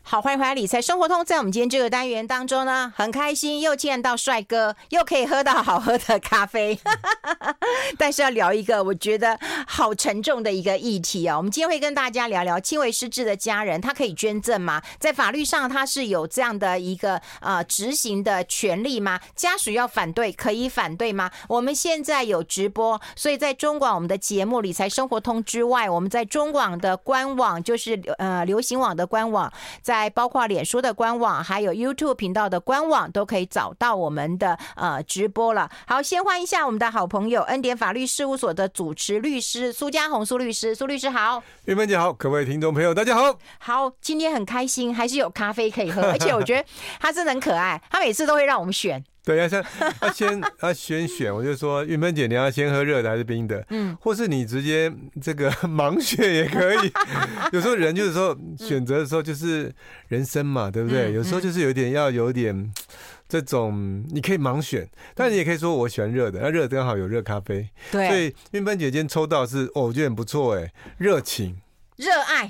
好，欢迎回来理财生活通。在我们今天这个单元当中呢，很开心又见到帅哥，又可以喝到好喝的咖啡。但是要聊一个我觉得好沉重的一个议题哦。我们今天会跟大家聊聊轻微失智的家人，他可以捐赠吗？在法律上他是有这样的一个执行的权利吗？家属要反对可以反对吗？我们现在有直播，所以在中广我们的节目理财生活通之外，我们在中广的官网，就是流行网的官网，在包括脸书的官网还有 YouTube 频道的官网都可以找到我们的直播了。好，先欢迎一下我们的好朋友恩典法律事务所的主持律师苏嘉宏苏律师。苏律师好。 玉芬姐好，各位听众朋友大家好。 好，今天很开心，还是有咖啡可以喝，而且我觉得他真的很可爱，他每次都会让我们选。 对，要先选，我就说玉芬姐，你要先喝热的还是冰的？或是你直接这个盲选也可以。有时候人就是说选择的时候就是人生嘛，对不对？有时候就是要有点这种，你可以盲选，但你也可以说我喜欢热的，那热的刚好有热咖啡。对，所以玉芬姐今天抽到是我觉得很不错哎，热情。 热爱，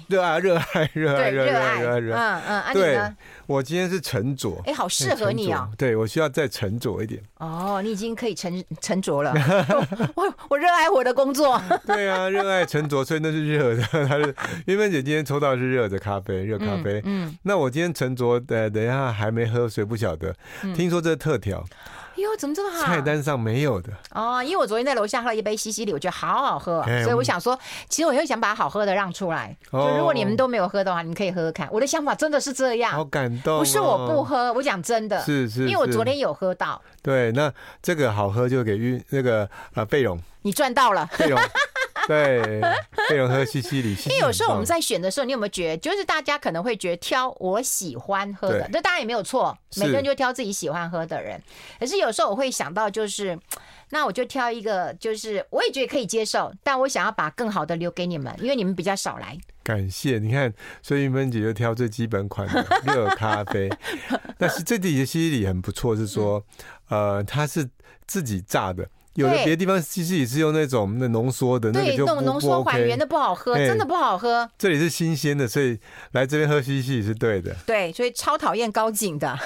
对，我今天是沉着， 好适合你哦。 对，我需要再沉着一点。 哦，你已经可以沉着了。我热爱我的工作。 对啊，热爱沉着，所以那是热的。玉芬姐今天抽到的是热的咖啡，热咖啡。那我今天沉着的，等一下还没喝，谁不晓得？听说这是特调。 哟，怎么这么好？ 菜单上没有的哦，因为我昨天在楼下喝了一杯西西里，我觉得好好喝，所以我想说，其实我又想把好喝的让出来。就如果你们都没有喝的话，你们可以喝喝看。我的想法真的是这样， 好感动。 不是我不喝，我讲真的， 是， 因为我昨天有喝到。 对，那这个好喝就给那个贝蓉， 你赚到了， 贝蓉。对，贝蓉喝西西里。 因为有时候我们在选的时候，你有没有觉得，就是大家可能会觉得挑我喜欢喝的，这当然也没有错，每个人就挑自己喜欢喝的人。可是有时候我会想到，就是那我就挑一个，就是我也觉得可以接受，但我想要把更好的留给你们，因为你们比较少来。 感谢，你看，所以玉芬姐就挑最基本款的热咖啡。但是这里的西西里很不错，是说，它是自己榨的。有的别的地方西西里是用那种浓缩的，那个就不 OK， 浓缩还原的不好喝，真的不好喝。 这里是新鲜的，所以来这边喝西西里是对的。 对，所以超讨厌高景的。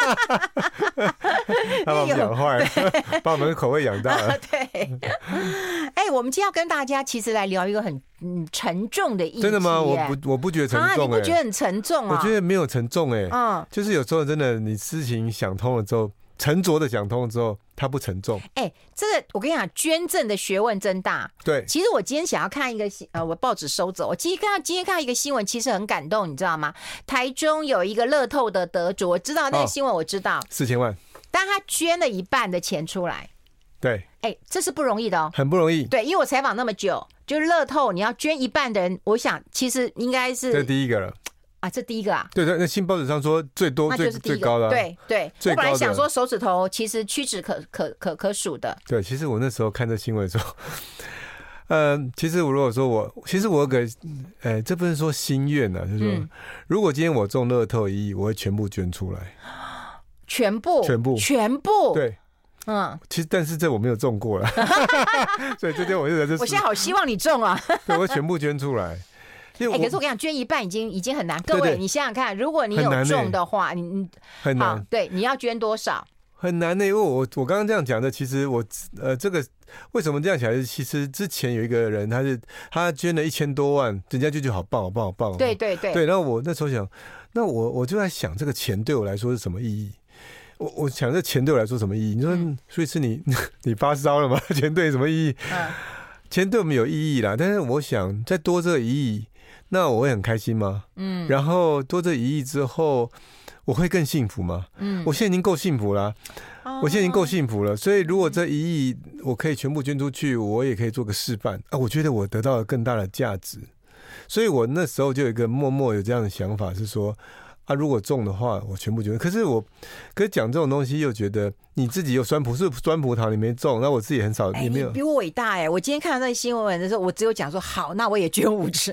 他把我们养坏了，把我们的口味养大了。 对。我们今天要跟大家其实来聊一个很沉重的议题。 真的吗？我不觉得沉重。 你不觉得很沉重啊？ 我觉得没有沉重就是有时候真的，你事情想通了之后，沉着的想通了之后，它不沉重。 这个我跟你讲，捐赠的学问真大。 对， 其实我今天想要看一个我报纸收走。我今天看一个新闻，其实很感动，你知道吗？台中有一个乐透的得主，我知道那个新闻，我知道 4000万， 但他捐了一半的钱出来。 对， 这是不容易的哦， 很不容易。 对，因为我采访那么久，就是乐透你要捐一半的人，我想其实应该是这第一个了。 这第一个啊？ 对，那新报纸上说最多最高的。 对，我本来想说手指头其实屈指可数的。 对，其实我那时候看这新闻的时候，其实我如果说其实我有个这不是说心愿啊，就是说，如果今天我中乐透1亿，我会全部捐出来。全部。对。其实但是这我没有中过了，所以这天我现在好希望你中啊！ 对，我全部捐出来。 可是我跟你讲，捐一半已经很难。各位，你想想看，如果你有中的话，你很难。 对，你要捐多少？ 很难的，因为我刚刚这样讲的，其实我这个为什么这样讲？其实之前有一个人，他捐了1000多万，人家就觉得好棒，好棒，好棒。 对。 然后我那时候想，那我就在想，这个钱对我来说是什么意义？我想这钱对我来说什么意义？你说，所以是你发烧了吗？钱对你什么意义？钱对我们有意义啦，但是我想再多这1亿，那我会很开心吗？然后多这1亿之后，我会更幸福吗？我现在已经够幸福了，所以如果这1亿我可以全部捐出去，我也可以做个示范啊！我觉得我得到了更大的价值，所以我那时候就有一个默默有这样的想法，是说。如果中的话，我全部捐。可是讲这种东西，又觉得你自己有酸葡萄，你没中，那我自己很少，也没有。 你比我伟大我今天看到那新闻的时候，我只有讲说好，那我也捐5成。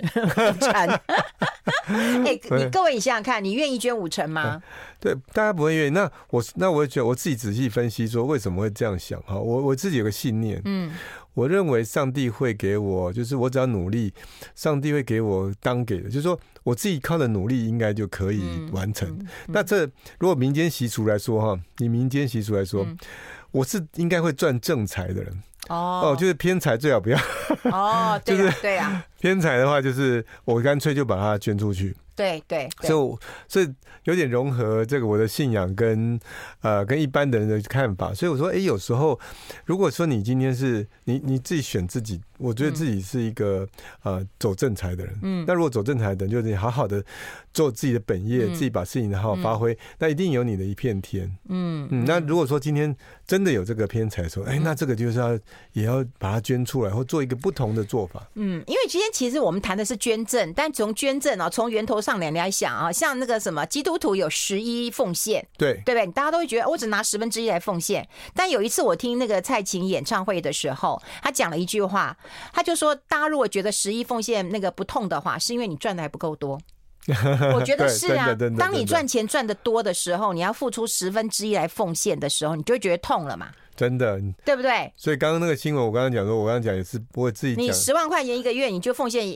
各位，你想想看，你愿意捐5成吗？ 对，大家不会愿意。那我觉得我自己仔细分析说为什么会这样想哈。我自己有个信念， 我认为上帝会给我，就是我只要努力，上帝会给我当给的，就是说我自己靠的努力应该就可以完成。那这如果民间习俗来说哈，以民间习俗来说，我是应该会赚正财的人。就是偏财最好不要。对啊，对啊。偏财的话，就是我干脆就把它捐出去。对，所以有点融合这个我的信仰跟一般的人的看法。所以我说，有时候如果说你今天是你自己选自己，我觉得自己是一个走正财的人。那如果走正财的人，就是你好好的做自己的本业，自己把事情好好发挥，那一定有你的一片天。那如果说今天真的有这个偏财的时候，那这个就是也要把它捐出来，或做一个不同的做法。 因为今天其实我们谈的是捐赠，但从捐赠从源头上来想像那个什么基督徒有11奉献，对不对？大家都会觉得我只拿1/10来奉献。但有一次我听那个蔡琴演唱会的时候，他讲了一句话，他就说大家如果觉得11奉献那个不痛的话，是因为你赚的还不够多。我觉得是啊，当你赚钱赚得多的时候，你要付出1/10来奉献的时候，你就会觉得痛了嘛。真的，对不对？所以刚刚那个新闻，我刚刚讲说，我刚刚讲也是我自己讲，你10万块钱一个月，你就奉献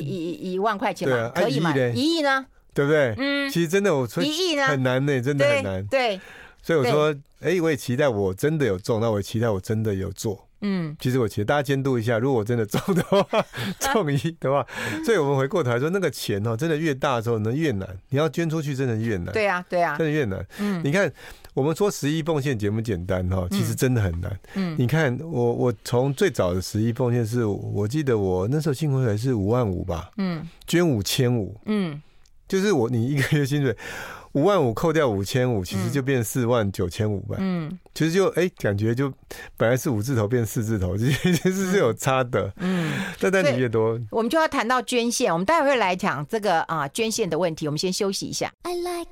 1万块钱嘛，可以吗？1亿呢？对不对？其实真的我说1亿呢很难呢，真的很难。对，所以我说，我也期待我真的有中，那我也期待我真的有做。其实我期待大家监督一下，如果我真的中的话，中1的话，所以我们回过头来说，那个钱真的越大的时候呢越难，你要捐出去真的越难。对啊，真的越难。你看我们说11奉献简不简单其实真的很难。你看我从最早的11奉献是，我记得我那时候辛苦还是5万5吧，捐5500，就是你一个月薪水5万5扣掉5500，其实就变49500。其实就感觉就本来是5字头变4字头，其实是有差的。但你越多，我们就要谈到捐献。我们待会会来讲这个捐献的问题。我们先休息一下。I like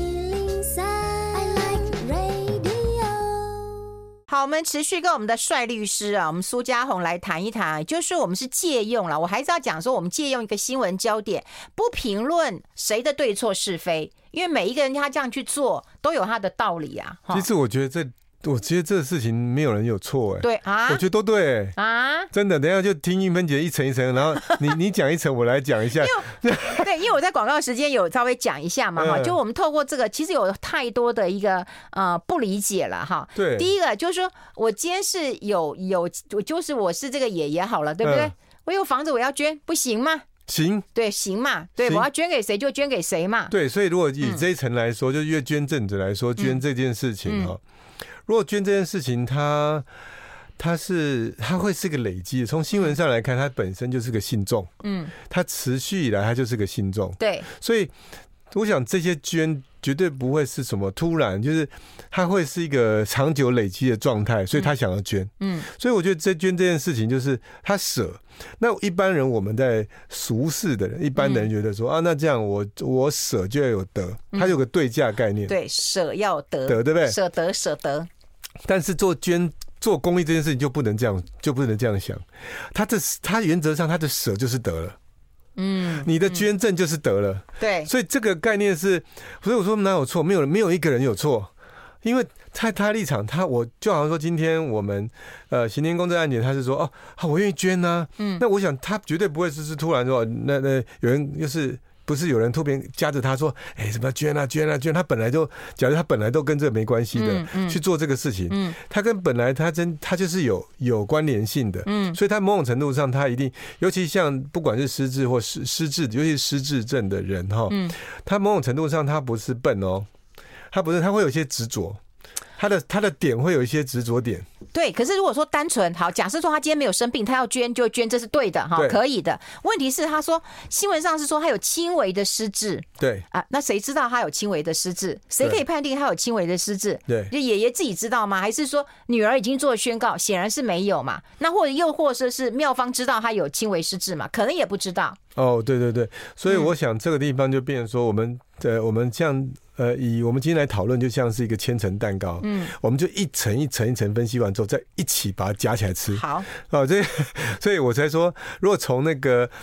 103, I like radio。好，我们持续跟我们的帅律师我们苏嘉宏来谈一谈，就是我们是借用了，我还是要讲说，我们借用一个新闻焦点，不评论谁的对错是非，因为每一个人他这样去做都有他的道理啊。其实我觉得这个事情没有人有错对啊，我觉得都对真的。等一下就听英芬姐一层一层，然后你讲一层，我来讲一下。对，因为我在广告时间有稍微讲一下嘛就我们透过这个，其实有太多的一个不理解了哈。对，第一个就是说我今天是就是我是这个爷爷好了，对不对？我有房子我要捐，不行吗？行，对，行嘛，对，我要捐给谁就捐给谁嘛。对，所以如果以这一层来说，就越捐赠者来说，捐这件事情如果捐这件事情，它会是个累积的。从新闻上来看，它本身就是个信众，它持续以来它就是个信众，对，所以我想这些捐绝对不会是什么突然，就是它会是一个长久累积的状态，所以他想要捐。所以我觉得捐这件事情就是他舍。那一般人我们在俗世的人，一般人觉得说那这样我舍就要有得，它有个对价概念。对，舍要得，对不对？舍得。但是做公益这件事情就不能这样想，他原则上他的舍就是得了。你的捐赠就是得了。对，所以这个概念是，所以我说哪有错？没有一个人有错，因为他立场，我就好像说，今天我们行天宫这案件，他是说我愿意捐啊。那我想他绝对不会是突然说，那有人又是。不是有人突然夹着他说，什么捐啊，他本来就，假如他本来都跟这没关系的去做这个事情，他跟本来他就是有关联性的，所以他某种程度上他一定，尤其像不管是失智或失智，尤其是失智症的人他某种程度上他不是笨他不是，他会有一些执着。他的点会有一些执着点，对。可是如果说单纯好，假设说他今天没有生病，他要捐就捐，这是对的可以的。问题是他说新闻上是说他有轻微的失智，对那谁知道他有轻微的失智？谁可以判定他有轻微的失智？对，就爷爷自己知道吗？还是说女儿已经做了宣告？显然是没有嘛。那或者是妙方知道他有轻微失智嘛？可能也不知道。对，所以我想这个地方就变成说我们这样。以我们今天来讨论，就像是一个千层蛋糕，我们就一层一层分析完之后，再一起把它夹起来吃。好，所以我才说，如果从那个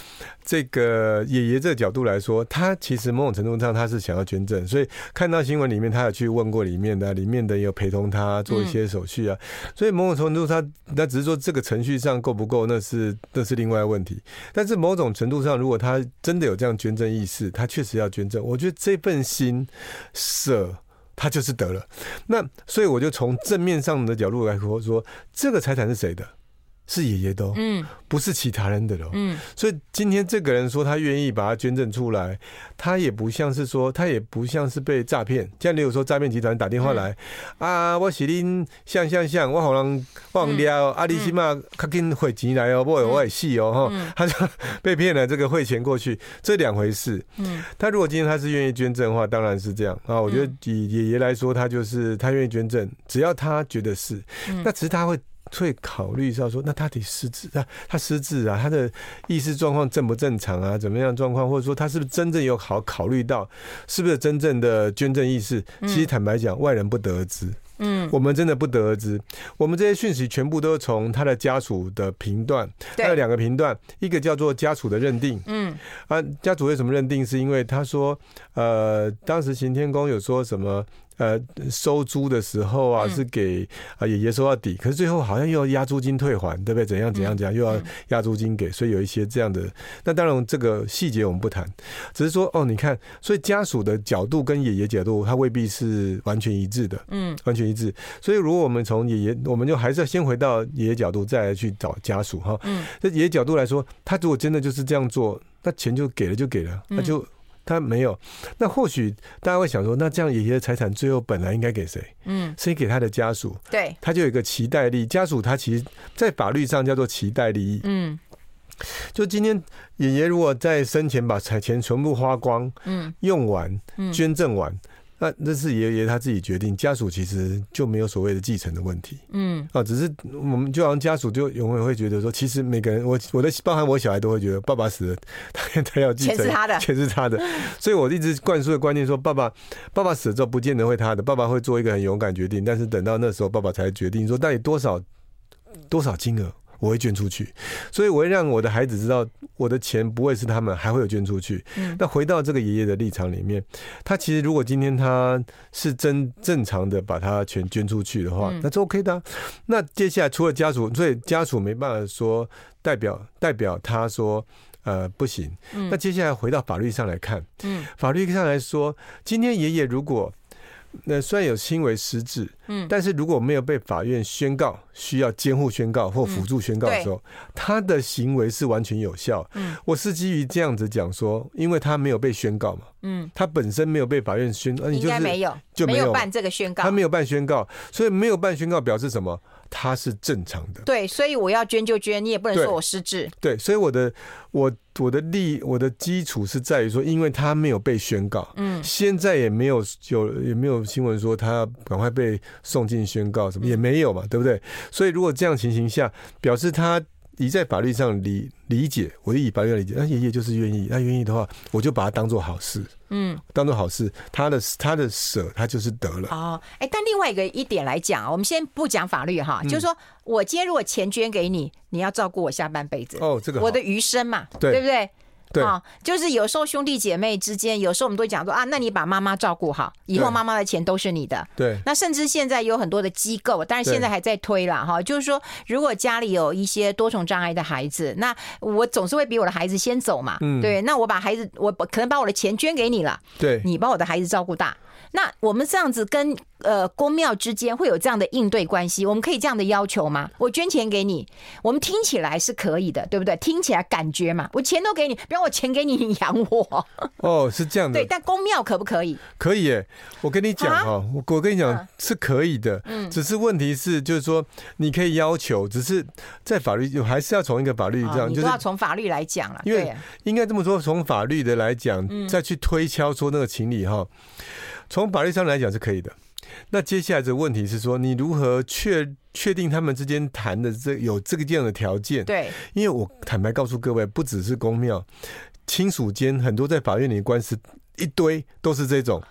这个爷爷这个角度来说，他其实某种程度上他是想要捐赠，所以看到新闻里面他有去问过里面的也有陪同他做一些手续啊，所以某种程度上那只是说这个程序上够不够，那是另外一个问题。但是某种程度上，如果他真的有这样捐赠意识，他确实要捐赠，我觉得这份心舍他就是得了。那所以我就从正面上的角度来说，这个财产是谁的？是爷爷的哦，不是其他人的哦，所以今天这个人说他愿意把它捐赠出来，他也不像是被诈骗。像例如说诈骗集团打电话来，啊，我是恁像，我好人忘掉，啊，你起码赶紧汇钱来哦，不然我会死哦，他就被骗了这个汇钱过去，这两回事。他如果今天他是愿意捐赠的话，当然是这样啊。我觉得以爷爷来说，他愿意捐赠，只要他觉得是，那只是他会考虑到说，那他得失智啊，他失智啊，他的意识状况正不正常啊，怎么样的状况，或者说他是不是真正有考虑到是不是真正的捐赠意识？其实坦白讲，外人不得而知。我们真的不得而知。我们这些讯息全部都是从他的家属的评断，还有2个评断，一个叫做家属的认定。家属为什么认定？是因为他说，当时行天宫有说什么。收租的时候啊，是给爷爷收到底，可是最后好像又要押租金退还，对不对？怎样又要押租金给，所以有一些这样的。那当然这个细节我们不谈，只是说你看，所以家属的角度跟爷爷角度，他未必是完全一致的，完全一致。所以如果我们从爷爷，我们就还是要先回到爷爷角度，再来去找家属哈。那爷爷角度来说，他如果真的就是这样做，那钱就给了，那就。他没有，那或许大家会想说，那这样爷爷的财产最后本来应该给谁？是给他的家属。 对， 他就有一个期待利益，家属他其实在法律上叫做期待利益。就今天爷爷如果在生前把钱全部花光，用完，捐赠完。那是爷爷他自己决定，家属其实就没有所谓的继承的问题。只是我们就好像家属就永远会觉得说，其实每个人，包含我小孩都会觉得，爸爸死了，他要继承，钱是他的。所以我一直灌输的观念说，爸爸死了之后，不见得会他的，爸爸会做一个很勇敢决定，但是等到那时候，爸爸才决定说，到底多少金额。我会捐出去，所以我会让我的孩子知道，我的钱不会是他们，还会有捐出去。那回到这个爷爷的立场里面，他其实如果今天他是正常的把他钱捐出去的话，那是 OK 的。那接下来除了家属，所以家属没办法说代表他说不行。那接下来回到法律上来看，法律上来说，今天爷爷如果那虽然有轻微失智，但是如果没有被法院宣告需要监护宣告或辅助宣告的时候，他的行为是完全有效。我是基于这样子讲说，因为他没有被宣告嘛，他本身没有被法院宣告， 应该没有，就没有办这个宣告， 他没有办宣告，所以没有办宣告表示什么？他是正常的。 对，所以我要捐就捐，你也不能说我失智。 对，所以我的基础是在于说，因为他没有被宣告，现在也没有新闻说他赶快被送进宣告什么，也没有嘛，对不对？所以如果这样情形下，表示他以在法律上理解，我就以法律上理解，那爷爷就是愿意，那愿意的话，我就把它当做好事，当做好事，他的舍他就是得了。 但另外一点来讲，我们先不讲法律哈，就是说我今天如果钱捐给你，你要照顾我下半辈子， 这个好， 我的余生嘛，对不对？对，就是有时候兄弟姐妹之间，有时候我们都会讲说那你把妈妈照顾好，以后妈妈的钱都是你的。 对， 那甚至现在有很多的机构，当然现在还在推啦哈，就是说如果家里有一些多重障碍的孩子，那我总是会比我的孩子先走嘛，对，那我可能把我的钱捐给你了，对，你把我的孩子照顾大。那我们这样子跟公庙之间会有这样的应对关系，我们可以这样的要求吗？我捐钱给你，我们听起来是可以的，对不对？听起来感觉嘛，我钱都给你，比方我钱给你，你养我。 是这样的。 对，但公庙可不可以？ 可以耶，我跟你讲我跟你讲是可以的，只是问题是就是说你可以要求，只是在法律还是要从一个法律这样， 你都要从法律来讲了， 因为应该这么说，从法律的来讲，再去推敲说那个情理哈。从法律上来讲是可以的，那接下来的问题是说，你如何确定他们之间谈的有这样的条件？对，因为我坦白告诉各位，不只是公庙，亲属间很多在法院里的官司一堆都是这种。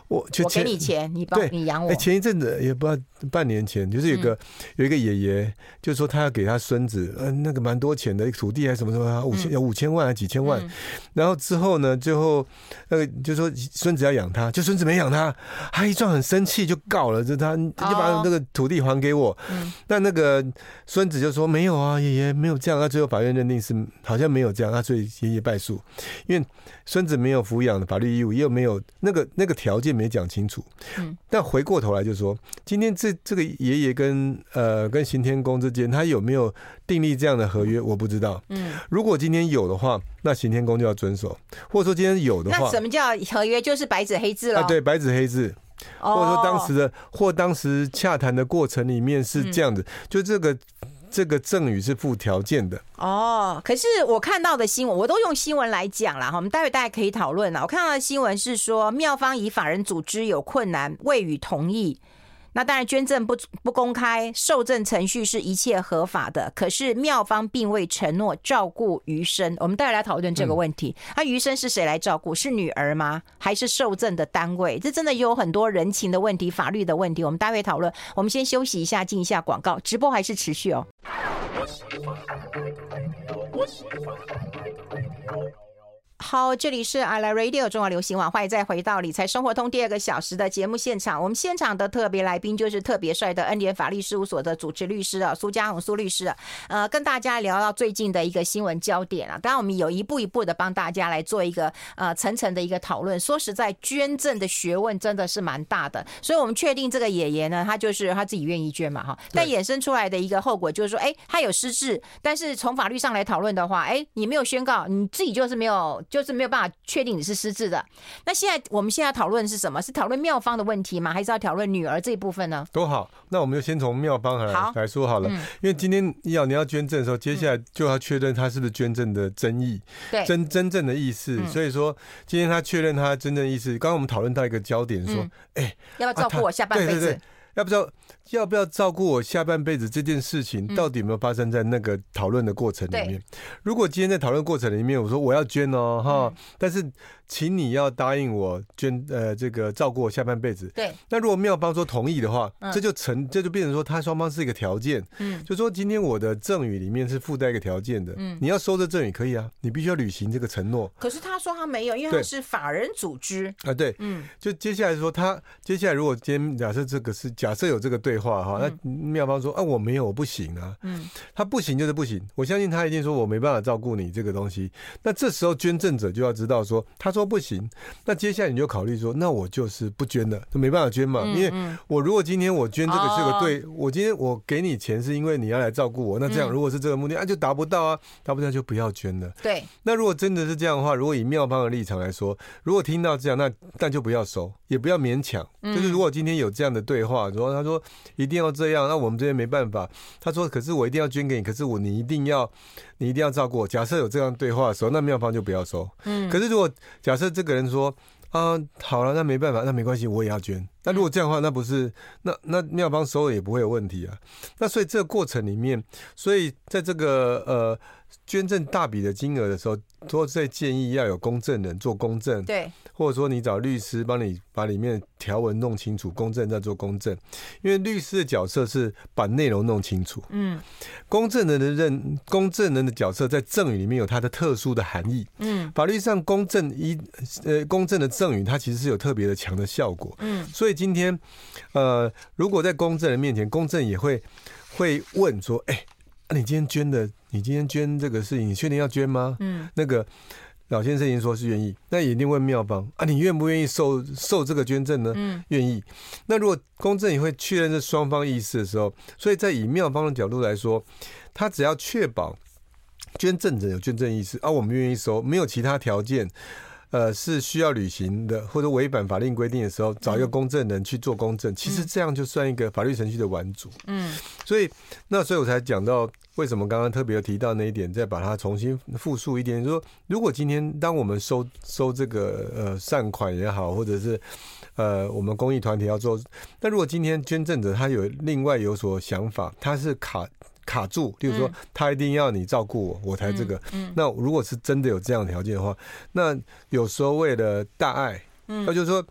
我给你钱，你养我。 前一阵子也不知道半年前，就是有一个爷爷，就是说他要给他孙子，那个蛮多钱的土地还是什么什么，5000万还几千万，然后之后呢，最后就说孙子要养他，就孙子没养他，他一状很生气就告了，就把那个土地还给我。那个孙子就说没有啊，爷爷没有这样。那最后法院认定是好像没有这样，所以爷爷败诉，因为孙子没有抚养的法律义务，又没有那个条件没讲清楚。但回过头来就说，今天这个爷爷跟行天宫之间，他有没有订立这样的合约，我不知道。如果今天有的话，那行天宫就要遵守；或者说今天有的话， 那什么叫合约？就是白纸黑字了。 对，白纸黑字。或者说当时洽谈的过程里面是这样子，就这个赠与是附条件的。 可是我看到的新闻，我都用新闻来讲啦，我们待会大家可以讨论啦。我看到的新闻是说，妙方以法人组织有困难，未予同意。那当然捐赠不公开，受赠程序是一切合法的，可是妙方并未承诺照顾余生。我们待会来讨论这个问题。余生是谁来照顾？是女儿吗？还是受赠的单位？这真的有很多人情的问题、法律的问题，我们待会讨论。我们先休息一下，进一下广告，直播还是持续哦。好，这里是 I Like Radio 中华流行网，欢迎再回到理财生活通第2个小时的节目现场。我们现场的特别来宾就是特别帅的恩典法律事务所的主持律师苏嘉宏苏律师跟大家聊到最近的一个新闻焦点当然我们有一步一步的帮大家来做一个层层的一个讨论。说实在，捐赠的学问真的是蛮大的，所以我们确定这个爷爷呢，他就是他自己愿意捐嘛但衍生出来的一个后果就是说，他有失智，但是从法律上来讨论的话，你没有宣告，你自己就是没有办法确定你是失智的。那我们现在讨论是什么？是讨论妙方的问题吗？还是要讨论女儿这一部分呢？ 都好，那我们就先从妙方来说好了。因为今天你要捐赠的时候，接下来就要确认他是不是捐赠的真意，真正的意思。所以说，今天他确认他真正的意思。刚刚我们讨论到一个焦点说， 要不要照顾我下半辈子？ 对，要不要照顾我下半辈子这件事情，到底有没有发生在那个讨论的过程里面？如果今天在讨论过程里面，我说我要捐但是请你要答应我捐这个照顾我下半辈子。对。那如果妙方说同意的话，这就变成说他双方是一个条件。就说今天我的赠与里面是附带一个条件的。你要收这赠与可以啊，你必须要履行这个承诺。 可是他说他没有，因为他是法人组织对。就接下来说接下来如果今天假设有这个对话那妙方说我没有，我不行啊。他不行就是不行，我相信他一定说我没办法照顾你这个东西。那这时候捐赠者就要知道说他说不行，那接下来你就考虑说，那我就是不捐了，就没办法捐嘛。因为我如果今天我捐这个对，我今天我给你钱是因为你要来照顾我，那这样如果是这个目的就达不到啊，达不到就不要捐了。对。那如果真的是这样的话，如果以妙方的立场来说，如果听到这样，那就不要收，也不要勉强。就是如果今天有这样的对话，然后他说一定要这样，那我们这边没办法。他说可是我一定要捐给你，可是你一定要照顾我。假设有这样对话的时候，那妙方就不要收。可是如果假设这个人说好了，那没办法，那没关系，我也要捐。那如果这样的话，那不是那妙方收了也不会有问题啊。那所以这个过程里面，所以在这个捐赠大笔的金额的时候，都在建议要有公证人做公证，对，或者说你找律师帮你把里面条文弄清楚，公证再做公证，因为律师的角色是把内容弄清楚。公证人的角色在赠与里面有它的特殊的含义。法律上公证的赠与它其实是有特别的强的效果。所以今天如果在公证人面前，公证也会问说，你今天捐这个事情，你确定要捐吗？那个老先生已经说是愿意，那也一定问妙方你愿不愿意受这个捐赠呢？愿意。那如果公证也会确认这双方意思的时候，所以在以妙方的角度来说，他只要确保捐赠者有捐赠意思我们愿意收，没有其他条件是需要履行的，或者违反法令规定的时候，找一个公证人去做公证，其实这样就算一个法律程序的完组。所以我才讲到为什么刚刚特别提到那一点，再把它重新复述一点，就是说，如果今天当我们收这个善款也好，或者是我们公益团体要做，那如果今天捐赠者他另外有所想法，他是卡住，例如说他一定要你照顾我才这个。那如果是真的有这样的条件的话，那有时候为了大爱，那就是说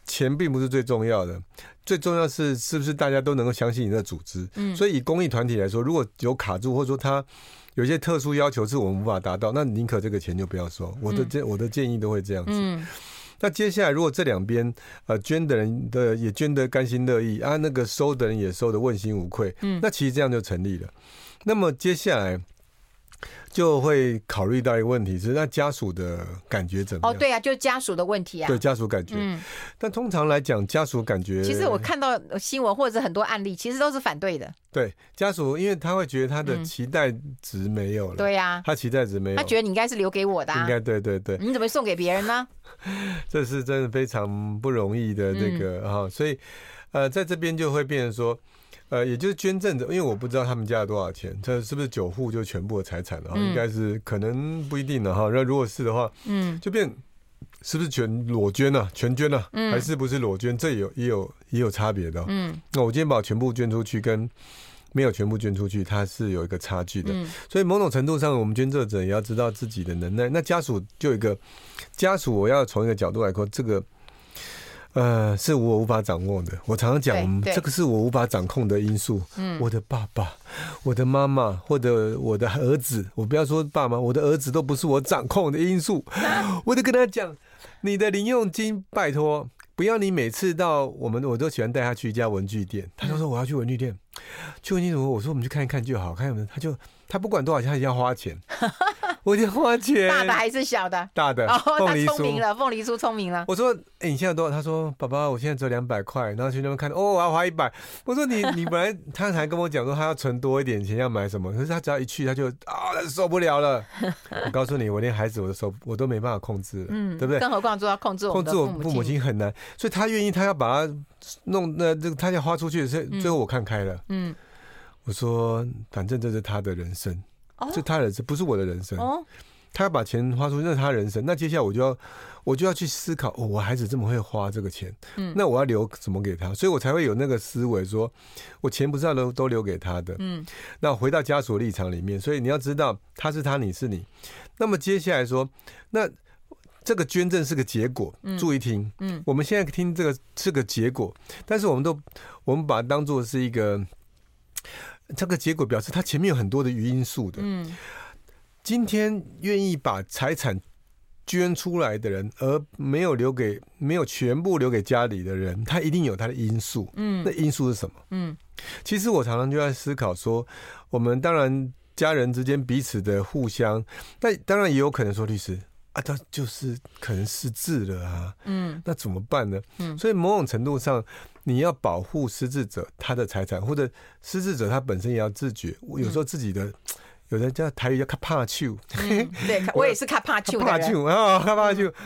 钱并不是最重要的，最重要是不是大家都能够相信你的组织。所以以公益团体来说，如果有卡住，或者说他有一些特殊要求是我们无法达到，那宁可这个钱就不要收。我的建议都会这样子。那接下来如果这两边捐的人也捐得甘心乐意啊，那个收的人也收得问心无愧，那其实这样就成立了。那么接下来就会考虑到一个问题是，那家属的感觉怎么样？ 对啊，就是家属的问题啊。 对，家属感觉。但通常来讲，家属感觉， 其实我看到新闻或者很多案例，其实都是反对的。 对，家属因为他会觉得他的期待值没有了。 对呀， 他期待值没有， 他觉得你应该是留给我的。 应该对， 你怎么送给别人呢？ 这是真的非常不容易的这个所以在这边就会变成说。也就是捐赠者，因为我不知道他们家有多少钱，这是不是9户就全部的财产了？应该是可能不一定的哈。那如果是的话，就变是不是全裸捐啊？全捐啊？还是不是裸捐？这也有差别的。那我今天把全部捐出去，跟没有全部捐出去，它是有一个差距的。所以某种程度上，我们捐赠者也要知道自己的能耐。那家属就有一个家属，我要从一个角度来说，这个。是我无法掌握的。我常常讲，这个是我无法掌控的因素。我的爸爸、我的妈妈或者我的儿子，我不要说爸妈，我的儿子都不是我掌控的因素。我就跟他讲，你的零用金，拜托，不要你每次到我都喜欢带他去一家文具店，他就说我要去文具店，我说我们去看一看就好，看有没有，他不管多少钱，他一定要花钱。我一定要花钱。大的还是小的？大的。 凤梨酥， 他聪明了，凤梨酥聪明了。 我说，你现在多少？他说，爸爸，我现在只有200块。然后去那边看，我要花100。我说你本来他还跟我讲说他要存多一点钱要买什么，可是他只要一去他就受不了了。我告诉你，我连孩子我都没办法控制了，对不对？ 更何况说要控制我父母亲很难，所以他愿意，他要把它弄他要花出去，最后我看开了。我说，反正这是他的人生。就他的人生不是我的人生，他要把钱花出去，那是他的人生。那接下来我就要去思考，我孩子这么会花这个钱，那我要留什么给他？所以我才会有那个思维，说我钱不是要都留给他的。那回到家属的立场里面，所以你要知道他是他，你是你。那么接下来说，那这个捐赠是个结果，注意听，我们现在听这个是个结果，但是我们把它当作是一个。这个结果表示，它前面有很多的余因素的。今天愿意把财产捐出来的人，而没有全部留给家里的人，他一定有他的因素。那因素是什么？其实我常常就在思考说，我们当然家人之间彼此的互相，但当然也有可能说，律师他就是可能失智了啊。那怎么办呢？所以某种程度上。你要保护失智者他的财产，或者失智者他本身也要自觉。有时候自己的，有人叫台语叫卡怕手， 对我也是卡怕手的人。 卡怕手。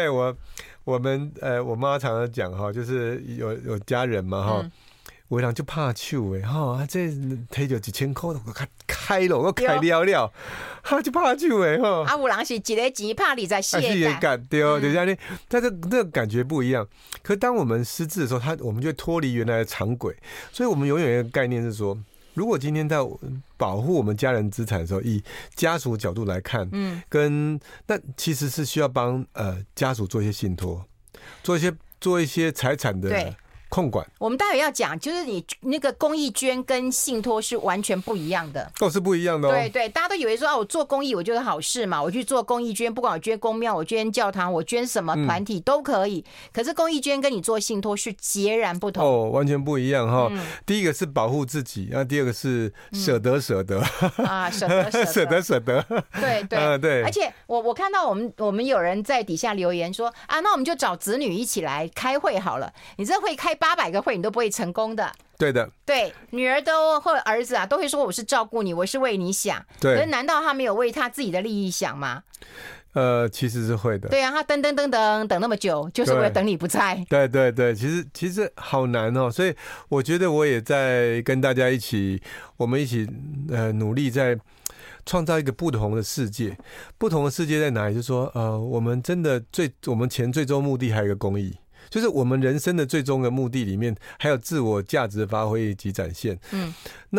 我妈常常讲哈，就是有家人嘛哈。有人就怕手诶，这摕着1000块，我开了，我开了，就怕手诶， 有人是一个钱怕24个， 对，就这样。但是那个感觉不一样。可当我们失智的时候，我们就会脱离原来的常轨。所以我们永远有一个概念是说，如果今天在保护我们家人资产的时候，以家属角度来看，那其实是需要帮家属做一些信托，做一些财产的。控管， 我们待会要讲，就是你那个公益捐跟信托是完全不一样的， 是不一样的。 对，大家都以为说我做公益，我就是好事嘛，我去做公益捐，不管我捐公庙，我捐教堂，我捐什么团体都可以。可是公益捐跟你做信托是截然不同， 完全不一样哈。第一个是保护自己，第二个是舍得舍得舍得，对，而且我看到我们有人在底下留言说那我们就找子女一起来开会好了，你这会开800个会你都不会成功的。 对的， 对，女儿或者儿子都会说我是照顾你，我是为你想。 对， 可是难道他没有为他自己的利益想吗？ 其实是会的。 对啊，他等那么久，就是为了等你不在。 对，其实好难哦。所以我觉得我也在跟大家我们一起努力在创造一个不同的世界。不同的世界在哪里？就是说我们真的我们最终目的还有一个公益。就是我们人生的最终的目的里面，还有自我价值的发挥以及展现。那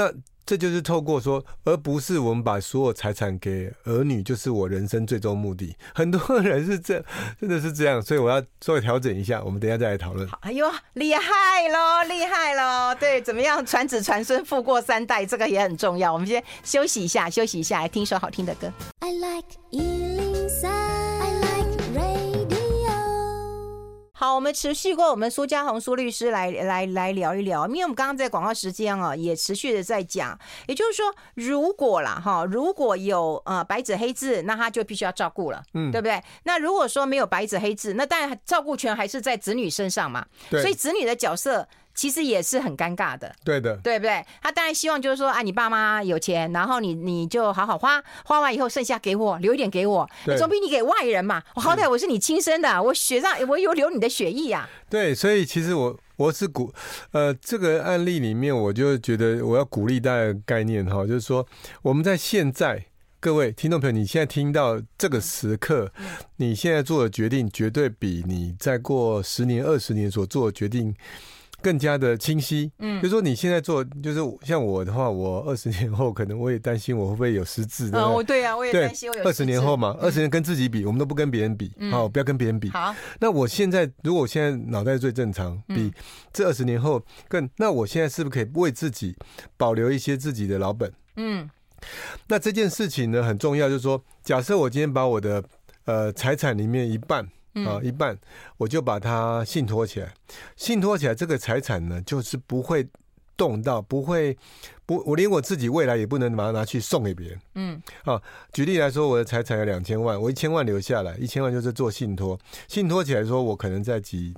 这就是透过说，而不是我们把所有财产给儿女，就是我人生最终目的。很多人是这，真的是这样，所以我要稍微调整一下，我们等一下再来讨论。 哎呦，厉害咯，厉害咯！对，怎么样传子传孙，富过3代，这个也很重要。我们先休息一下，来听首好听的歌。I like 103, I like radio。好，我们持续过我们苏嘉宏苏律师来聊一聊，因为我们刚刚在广告时间也持续的在讲，也就是说，如果有白纸黑字，那他就必须要照顾了，对不对？那如果说没有白纸黑字，那当然照顾权还是在子女身上嘛，所以子女的角色其实也是很尴尬的， 对的， 对不对？他当然希望就是说啊，你爸妈有钱，然后你就好好花完以后剩下给我，留一点给我，总比你给外人嘛。我好歹我是你亲生的，我血上我有流你的血液啊。 对，所以其实我是这个案例里面，我就觉得我要鼓励大家的概念哈，就是说我们在现在。各位听众朋友，你现在听到这个时刻，你现在做的决定绝对比你再过10年、20年所做的决定更加的清晰。就是说你现在做，就是像我的话，我20年后可能我也担心我会不会有失智，对不对？ 对啊，我也担心我有失智。 20年后嘛，20年跟自己比，我们都不跟别人比，好，不要跟别人比。 好， 那我现在如果我现在脑袋最正常，比这20年后更，那我现在是不是可以为自己保留一些自己的老本？那这件事情呢很重要，就是说，假设我今天把我的财产里面一半，我就把它信托起来，这个财产呢就是不会动到，我连我自己未来也不能把它拿去送给别人。举例来说，我的财产有2000万，我1000万留下来，1000万就是做信托起来说，我可能在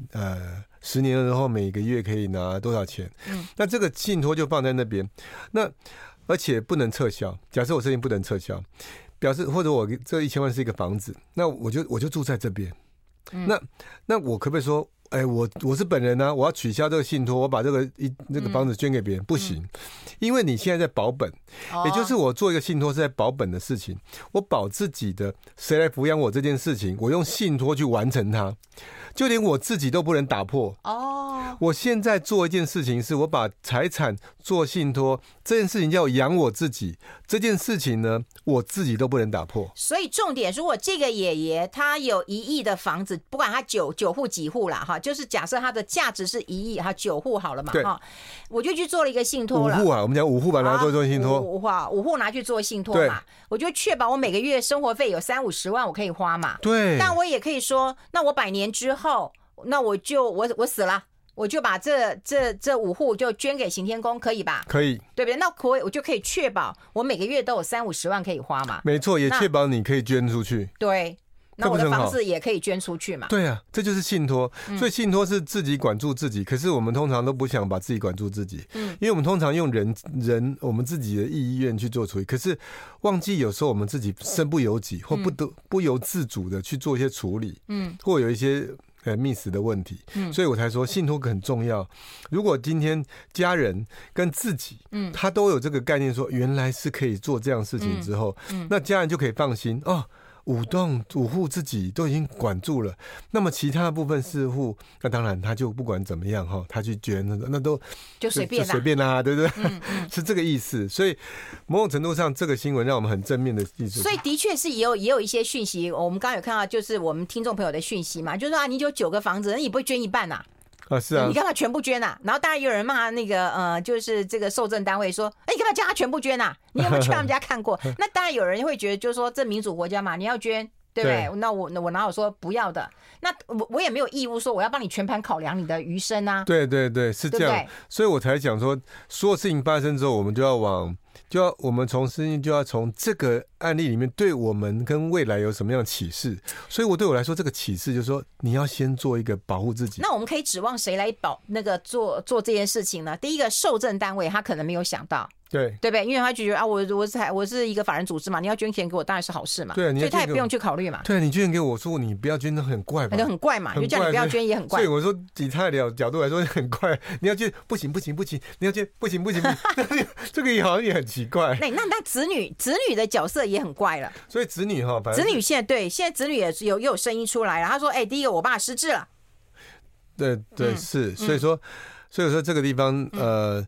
10年后每个月可以拿多少钱？那这个信托就放在那边，而且不能撤销。假设我事情不能撤销，表示或者我这1000万是一个房子，那我就住在这边。那我可不可以说，我是本人啊，我要取消这个信托，我把这个房子捐给别人？不行，因为你现在在保本，也就是我做一个信托是在保本的事情，我保自己的谁来抚养我这件事情，我用信托去完成它。就连我自己都不能打破。我现在做一件事情，是我把财产做信托，这件事情叫养我自己。这件事情呢，我自己都不能打破。 所以重点，如果这个爷爷他有1亿的房子，不管他9户几户啦哈，就是假设他的价值是1亿，他9户好了嘛哈，我就去做了一个信托了。 5户啊，我们讲5户把它做信托。 5户拿去做信托嘛，我就确保我每个月生活费有30-50万我可以花嘛。 对。 但我也可以说，那我100年之后，那我死了。我就把这5户就捐给行天宫，可以吧？ 可以， 对不对？那我就可以确保我每个月都有30-50万可以花嘛。 没错，也确保你可以捐出去。 对，那我的房子也可以捐出去嘛。 对啊，这就是信托。所以信托是自己管住自己，可是我们通常都不想把自己管住自己，因为我们通常用人我们自己的意愿去做处理，可是忘记有时候我们自己身不由己或不由自主的去做一些处理，或有一些miss 的问题，所以我才说信托很重要。如果今天家人跟自己，他都有这个概念，说原来是可以做这样的事情之后，那家人就可以放心哦。5户自己都已经管住了，那么其他的部分4户，那当然他就不管怎么样哈，他去捐那都就随便啦，对不对？是这个意思。所以某种程度上，这个新闻让我们很正面的意思。 所以的确是也有一些讯息，我们刚刚有看到，就是我们听众朋友的讯息嘛，就是说你有9个房子，那你不会捐一半啊？ 是啊， 你干嘛全部捐啊？然后当然有人骂那个就是这个受赠单位说，你干嘛叫他全部捐啊？你有没有去他们家看过？那当然有人会觉得，就是说这民主国家嘛，你要捐，对不对？那我哪有说不要的？那我也没有义务说我要帮你全盘考量你的余生啊。 对，是这样，对对，所以我才讲说，所有事情发生之后，我们我们从事情就要从这个案例里面对我们跟未来有什么样的启示。所以对我来说，这个启示就是说，你要先做一个保护自己。那我们可以指望谁来做这件事情呢？第一个，受赠单位他可能没有想到。对不对？因为他就觉得我是一个法人组织嘛，你要捐钱给我当然是好事嘛，对，所以他也不用去考虑嘛。 对，你捐钱给我说你不要捐，那很怪吧？ 很怪嘛，就叫你不要捐也很怪。 所以我说以他的角度来说很怪，你要捐不行，你要捐不行，这个好像也很奇怪。 那子女的角色也很怪了。 所以子女子女现在子女也又有声音出来了，他说第一个我爸失智了。 对是，所以说这个地方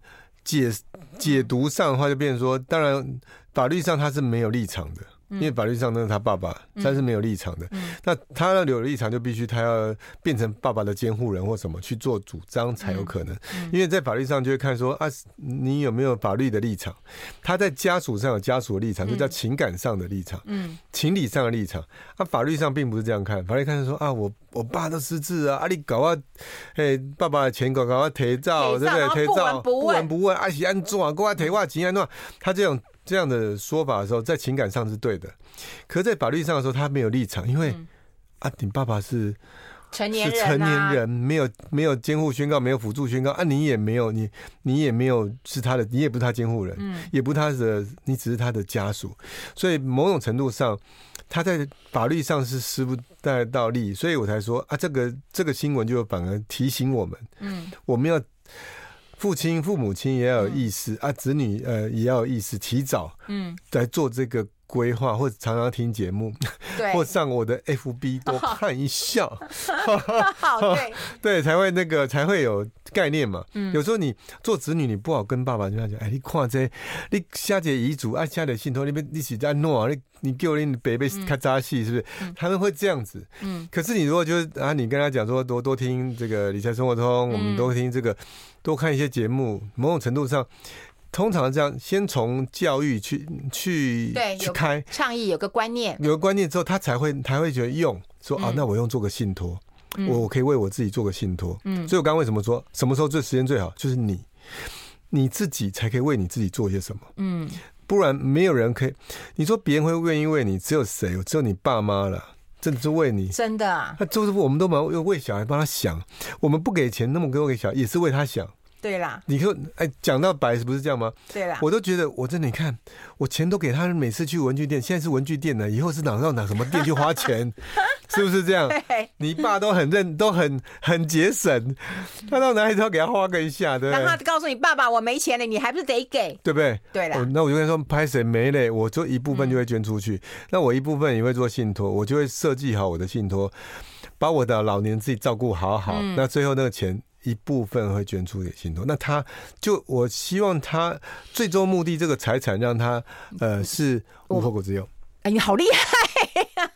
解读上的话，就变成说，当然法律上他是没有立场的。因为法律上那是他爸爸，他是没有立场的。那他要有立场，就必须他要变成爸爸的监护人或什么去做主张才有可能。因为在法律上就会看说啊，你有没有法律的立场？他在家属上有家属的立场，这叫情感上的立场，情理上的立场。法律上并不是这样看，法律看说啊，我爸都失智啊，你搞啊，爸爸的钱搞啊提照，对不对？提照不闻不问，啊是安怎？给我提我钱安怎？他这样的说法的时候，在情感上是对的，可是在法律上的时候，他没有立场，因为你爸爸是成年人， 没有监护宣告，没有辅助宣告啊，你也没有，你也没有是他的，你也不是他监护人，也不是他的，你只是他的家属，所以某种程度上，他在法律上是失不带到利，所以我才说啊，这个新闻就反而提醒我们，我们要。父母亲也要有意识子女也要有意识，提早来做这个规划，或者常常听节目，或上我的 FB 多看一下， 好对，才会有概念嘛。有时候你做子女，你不好跟爸爸这样讲，你看这，你写个遗嘱写个信托，你是在弄你给我你北北较早死是不是？他们会这样子。可是你如果就是你跟他讲说多听这个理财生活通，我们多听这个，多看一些节目，某种程度上。通常这样，先从教育去开倡议，有个观念之后，他才会觉得用说那我用做个信托，我可以为我自己做个信托。所以我刚刚为什么说什么时候时间最好，就是你自己才可以为你自己做些什么。不然没有人可以。你说别人会愿意为你，只有谁？只有你爸妈了。真的是为你， 真的啊。 那就是我们都为小孩帮他想，我们不给钱，那么给小孩也是为他想。 对啦， 你说讲到白不是这样吗？ 对啦， 我都觉得我真的，你看我钱都给他，每次去文具店，现在是文具店了，以后是哪什么店去花钱，是不是这样？你爸都很节省，他到哪里都要给他花个一下，对不对？ 然后他告诉你爸爸我没钱了，你还不是得给， 对不对？ 对啦， 那我就跟他说拍谁没嘞，我就一部分就会捐出去，那我一部分也会做信托，我就会设计好我的信托，把我的老年自己照顾好，那最后那个钱。一部分会捐出给信托，那我希望他最终目的这个财产让他是无后顾之忧。 你好厉害！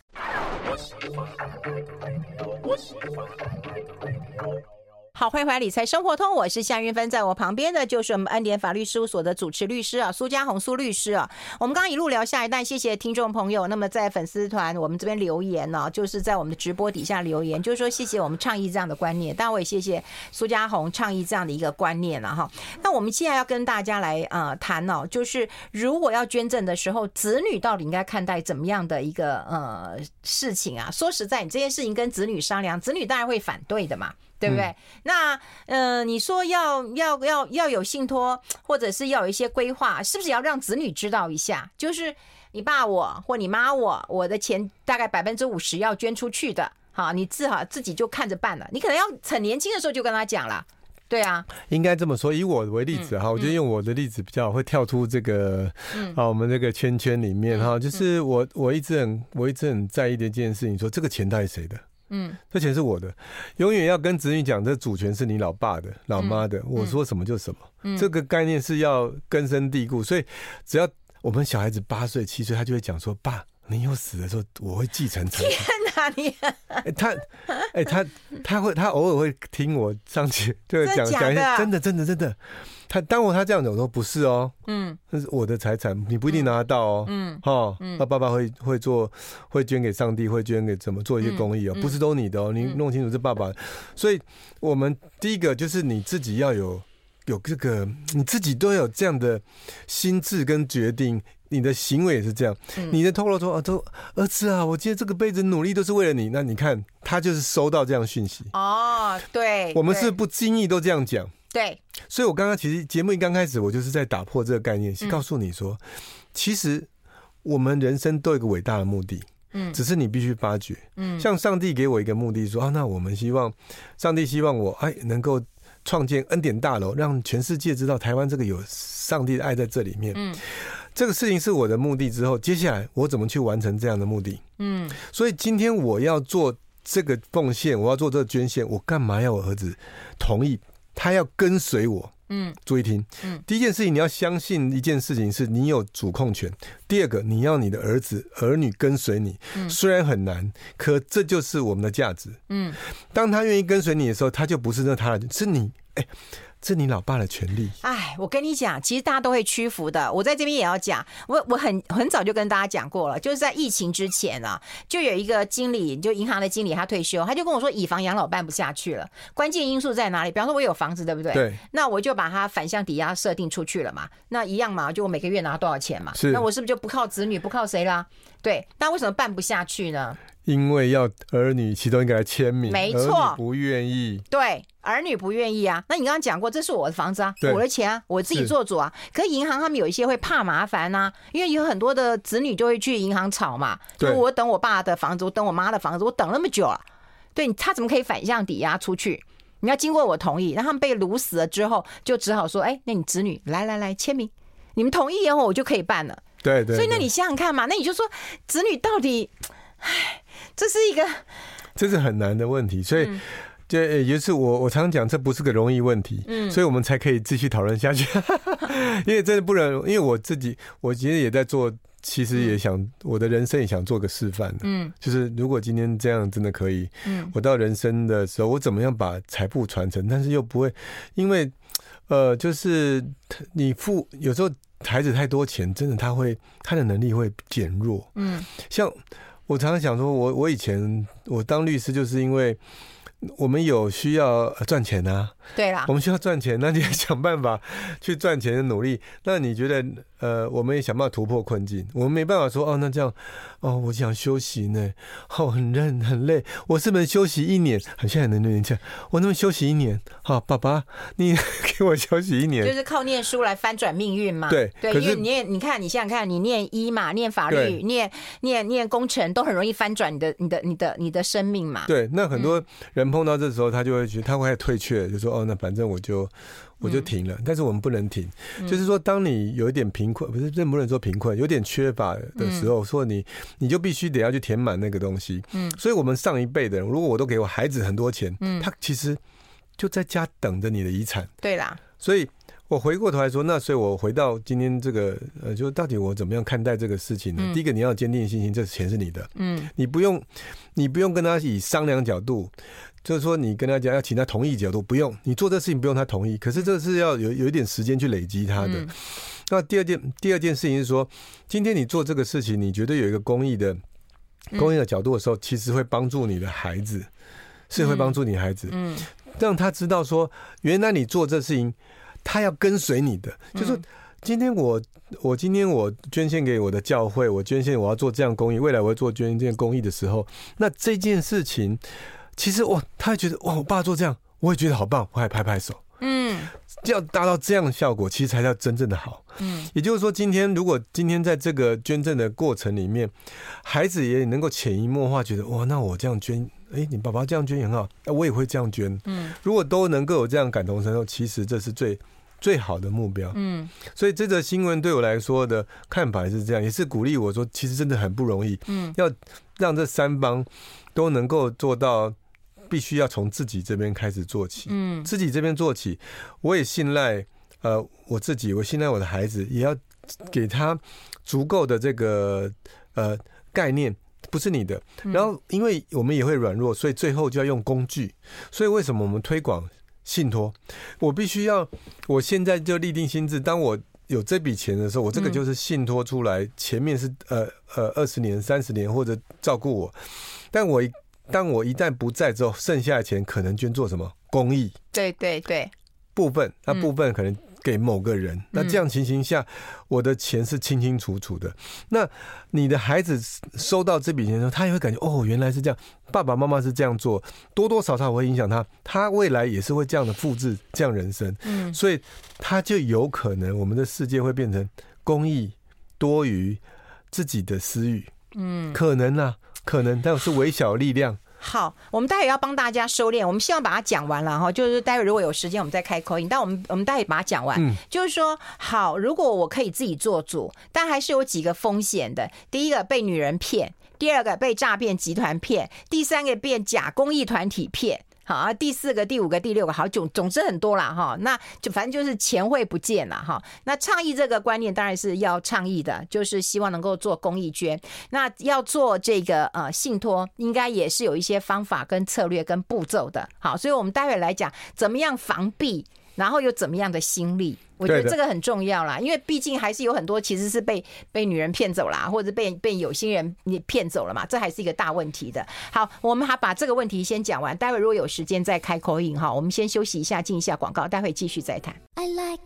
好，欢迎回来理财生活通，我是夏云芬，在我旁边的就是我们恩典法律事务所的主持律师苏嘉宏苏律师我们刚刚一路聊下来，但谢谢听众朋友。那么在粉丝团我们这边留言就是在我们的直播底下留言，就是说谢谢我们倡议这样的观念，当然我也谢谢苏嘉宏倡议这样的一个观念了那我们现在要跟大家来谈就是如果要捐赠的时候，子女到底应该看待怎么样的一个事情说实在，你这件事情跟子女商量，子女当然会反对的嘛。对不对？那你说要有信托，或者是要有一些规划，是不是要让子女知道一下？就是你爸我或你妈我的钱大概50%要捐出去的，好，你自己就看着办了。你可能要很年轻的时候就跟他讲了。对啊，应该这么说。以我为例子我就用我的例子比较会跳出这个我们这个圈圈里面就是我一直很在意的一件事情，说这个钱到底谁的？这钱是我的，永远要跟子女讲，这主权是你老爸的、老妈的，我说什么就什么。这个概念是要根深蒂固，所以只要我们小孩子8岁、7岁，他就会讲说：“爸，你以后死的时候，我会继承财产。”天哪，他偶尔会听我上去就讲一些真的。他这样讲，我说不是那是我的财产，你不一定拿得到他爸爸会捐给上帝，会捐给怎么做一些公益不是都你的你弄清楚是爸爸。所以我们第一个就是你自己要有这个，你自己都有这样的心智跟决定，你的行为也是这样。你的透露说儿子我今天这个辈子努力都是为了你，那你看他就是收到这样讯息对， 我们是不经意都这样讲。 对， 所以我刚刚其实节目一刚开始，我就是在打破这个概念，是告诉你说，其实我们人生都有一个伟大的目的，只是你必须发掘。像上帝给我一个目的说那我们上帝希望我能够创建恩典大楼，让全世界知道台湾这个有上帝的爱在这里面。这个事情是我的目的之后，接下来我怎么去完成这样的目的？所以今天我要做这个奉献，我要做这个捐献，我干嘛要我儿子同意？他要跟随我， 注意听，第一件事情你要相信一件事情是你有主控权，第二个你要你的儿女跟随你，虽然很难，可这就是我们的价值。当他愿意跟随你的时候，他就不是那他的，是你，这你老爸的权利。 哎，我跟你讲，其实大家都会屈服的。我在这边也要讲，我很早就跟大家讲过了，就是在疫情之前啊，就有一个经理，就银行的经理，他退休，他就跟我说，以房养老办不下去了，关键因素在哪里？比方说，我有房子，对不对？ 对。 那我就把它反向抵押设定出去了嘛，那一样嘛，就我每个月拿多少钱嘛，那我是不是就不靠子女，不靠谁啦？对，那为什么办不下去呢？ 因为要儿女其中一个来签名， 没错， 儿女不愿意。 对，儿女不愿意啊。那你刚刚讲过，这是我的房子啊，我的钱啊，我自己做主啊。可是银行他们有一些会怕麻烦啊，因为有很多的子女就会去银行吵嘛。对，我等我爸的房子，我等我妈的房子，我等那么久了，对，他怎么可以反向抵押出去？你要经过我同意，那他们被撸死了之后，就只好说，那你子女来签名，你们同意以后我就可以办了。 对。所以那你想想看嘛，那你就说子女到底， 这是很难的问题，所以也就是我常讲，这不是个容易问题，所以我们才可以继续讨论下去。因为真的不能，因为我其实也在做，其实也想我的人生也想做个示范，就是如果今天这样真的可以，我到人生的时候，我怎么样把财富传承，但是又不会，因为就是你有时候孩子太多钱，真的他的能力会减弱，像。我常常想说，我以前我当律师，就是因为我们有需要赚钱啊， 对啦， 我们需要赚钱，那你也想办法去赚钱的努力。那你觉得我们也想办法突破困境，我们没办法说那这样我想休息呢，很累，我是不是休息1年？现在能年轻，我能不能休息1年？好，爸爸，你给我休息1年， 就是靠念书来翻转命运嘛。 对， 因为你看，你想想看，你念医嘛，念法律，念工程，都很容易翻转你的生命嘛。 对，那很多人碰到这时候，他就会觉得他会开始退却，就说那反正我就停了。但是我们不能停，就是说，当你有一点贫困，不能说贫困，有点缺乏的时候，说你就必须得要去填满那个东西。所以我们上一辈的人，如果我都给我孩子很多钱，他其实就在家等着你的遗产。 对啦， 所以我回过头来说，所以我回到今天这个就到底我怎么样看待这个事情呢？第一个，你要有坚定的信心，这钱是你的，你不用跟他以商量角度。就是说，你跟他讲要请他同意角度，不用，你做这事情不用他同意，可是这是要有一点时间去累积他的。那第二件事情是说，今天你做这个事情，你觉得有一个公益的角度的时候，其实会帮助你的孩子，是会帮助你孩子，让他知道说，原来你做这事情，他要跟随你的，就是说今天我捐献给我的教会，我捐献我要做这样公益，未来我会做捐献公益的时候，那这件事情。其实他会觉得我爸做这样，我也觉得好棒，我还拍拍手。要达到这样的效果，其实才叫真正的好。也就是说，如果今天在这个捐赠的过程里面，孩子也能够潜移默化觉得那我这样捐，你爸爸这样捐也很好，我也会这样捐。如果都能够有这样感同身受，其实这是最好的目标。所以这则新闻对我来说的看法是这样，也是鼓励我说，其实真的很不容易。要让这3方都能够做到。必须要从自己这边开始做起，自己这边做起。我也信赖我自己，我信赖我的孩子，也要给他足够的这个概念，不是你的。然后，因为我们也会软弱，所以最后就要用工具。所以为什么我们推广信托？我现在就立定心志，当我有这笔钱的时候，我这个就是信托出来，前面是20年、30年或者照顾我，当我一旦不在之后，剩下的钱可能捐做什么公益？对，部分可能给某个人。那这样情形下，我的钱是清清楚楚的。那你的孩子收到这笔钱的时候，他也会感觉原来是这样，爸爸妈妈是这样做，多多少少会影响他未来也是会这样的复制这样人生。所以他就有可能，我们的世界会变成公益多于自己的私欲。可能，但是微小力量。 好，我们待会要帮大家收敛，我们希望把它讲完了哈。就是待会如果有时间，我们再开口音。但我们待会把它讲完，就是说，好，如果我可以自己做主，但还是有几个风险的。第一个，被女人骗；第二个，被诈骗集团骗；第三个，被假公益团体骗。 好啊，第4个、第5个、第6个，好，总之很多啦哈。那就反正就是钱会不见了哈。那倡议这个观念当然是要倡议的，就是希望能够做公益捐。那要做这个信托，应该也是有一些方法跟策略跟步骤的。好，所以我们待会来讲怎么样防避，然后有怎么样的心力。我觉得这个很重要啦，因为毕竟还是有很多其实是被女人骗走啦，或者被有心人骗走了嘛，这还是一个大问题的。好，我们还把这个问题先讲完，待会如果有时间再开call in哈。我们先休息一下，进一下广告，待会继续再谈。I like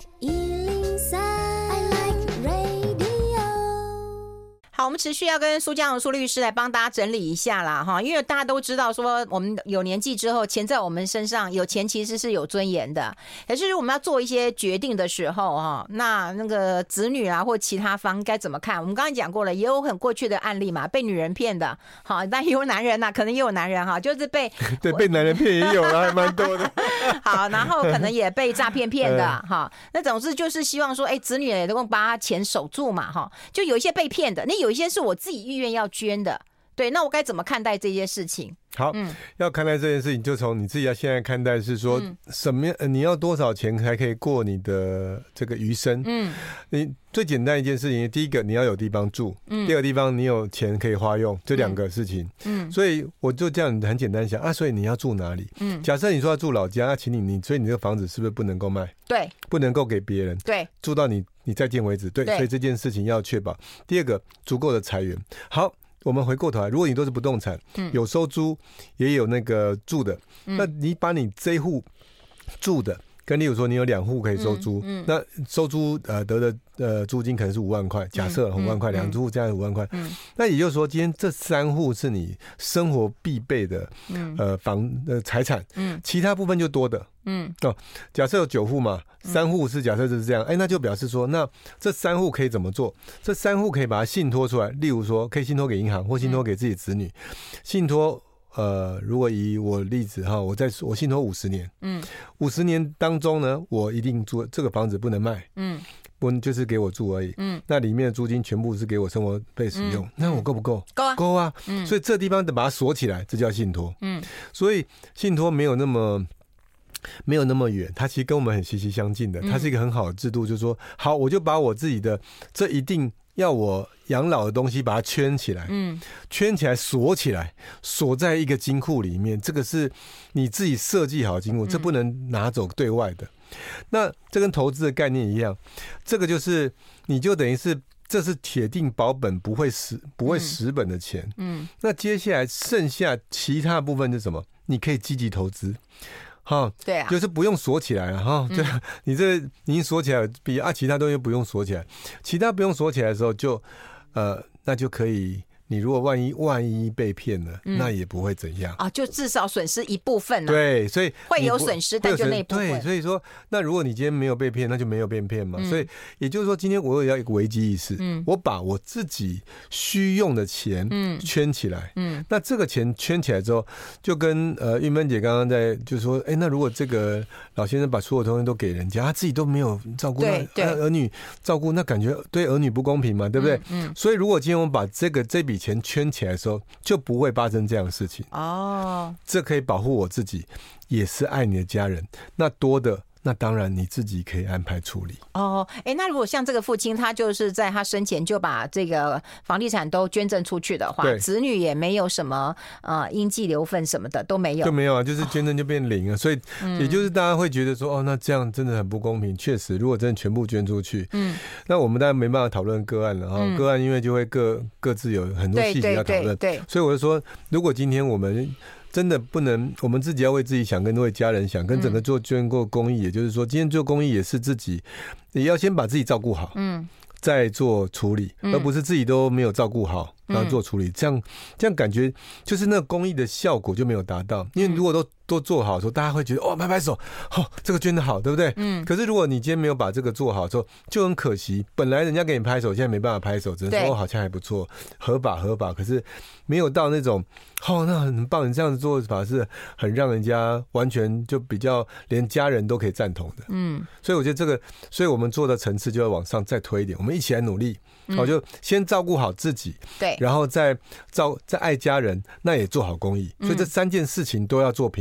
103, I like radio。好，我们持续要跟苏嘉荣苏律师来帮大家整理一下啦哈，因为大家都知道说我们有年纪之后，钱在我们身上，有钱其实是有尊严的。可是我们要做一些决定的时候哈，那个子女啊或其他方该怎么看？我们刚才讲过了，也有很过去的案例嘛，被女人骗的，好，但也有男人呐，可能也有男人哈，就是被对被男人骗也有了，还蛮多的。 好，然后可能也被诈骗的哈，那总之就是希望说，子女也能够把他钱守住嘛哈，就有一些被骗的，那有一些是我自己意愿要捐的，对，那我该怎么看待这些事情？ 好，要看待这件事情，就从你自己要现在看待是说，什么你要多少钱才可以过你的这个余生？你最简单一件事情，第一个你要有地方住，第二个地方你有钱可以花用，这2个事情。所以我就这样很简单想啊，所以你要住哪里？假设你说要住老家，那请你所以你这个房子是不是不能够卖？ 对， 不能够给别人。对，住到你再见为止。对，所以这件事情要确保。第二个，足够的财源。好。我们回过头来，如果你都是不动产，有收租也有那个住的，那你把你这一户住的，跟例如说你有2户可以收租，那收租得的租金可能是5万块，假设5万块，2户加5万块，那也就是说今天这3户是你生活必备的财产，其他部分就多的。假设有9户嘛，3户是假设就是这样，那就表示说，那这3户可以怎么做？这3户可以把它信托出来，例如说可以信托给银行或信托给自己子女，信托如果以我例子哈，我信托50年，50年当中呢，我一定住这个房子不能卖，不就是给我住而已，那里面的租金全部是给我生活费使用，那我够不够？够啊，够啊，所以这地方得把它锁起来，这叫信托，所以信托没有那么远，它其实跟我们很息息相近的，它是一个很好的制度，就是说，好，我就把我自己的这一定要我养老的东西把它圈起来，圈起来锁起来，锁在一个金库里面，这个是你自己设计好的金库，这不能拿走对外的。那这跟投资的概念一样，这个就是你就等于是这是铁定保本不会蚀本的钱，那接下来剩下其他部分是什么？你可以积极投资。对啊，就是不用锁起来了哈，就你这你已经锁起来，比其他东西不用锁起来，其他不用锁起来的时候就那就可以。你如果万一被骗了，那也不会怎样啊，就至少损失一部分。 对，所以会有损失，但就那一部分。 对，所以说，那如果你今天没有被骗，那就没有被骗嘛。所以也就是说，今天我也要一个危机意识，我把我自己需用的钱圈起来。那这个钱圈起来之后，就跟玉芬姐刚刚在就说，那如果这个老先生把所有东西都给人家，他自己都没有照顾，那儿女照顾，那感觉对儿女不公平嘛，对不对？所以如果今天我们把这笔钱圈起来的时候，就不会发生这样的事情。这可以保护我自己，也是爱你的家人。那多的，那当然你自己可以安排处理。 那如果像这个父亲，他就是在他生前就把这个房地产都捐赠出去的话，子女也没有什么应继留份什么的都没有， 就没有啊，就是捐赠就变0了。所以也就是大家会觉得说，那这样真的很不公平。确实，如果真的全部捐出去，那我们当然没办法讨论个案了哈。个案因为就会各自有很多细节要讨论，所以我就说，如果今天我们真的不能，我们自己要为自己想，跟为家人想，跟整个做捐过公益，也就是说，今天做公益也是自己也要先把自己照顾好，再做处理，而不是自己都没有照顾好，然后做处理，这样感觉就是那个公益的效果就没有达到。因为如果都做好的时候，大家会觉得拍拍手，这个捐得好，对不对？可是如果你今天没有把这个做好的时候，就很可惜。本来人家给你拍手，现在没办法拍手，只能说好像还不错，合法，可是没有到那种那很棒，你这样子做法是很让人家完全就比较连家人都可以赞同的。所以我觉得这个，所以我们做的层次就要往上再推一点，我们一起来努力。就先照顾好自己，对，然后再爱家人，那也做好公益，所以这3件事情都要做平衡。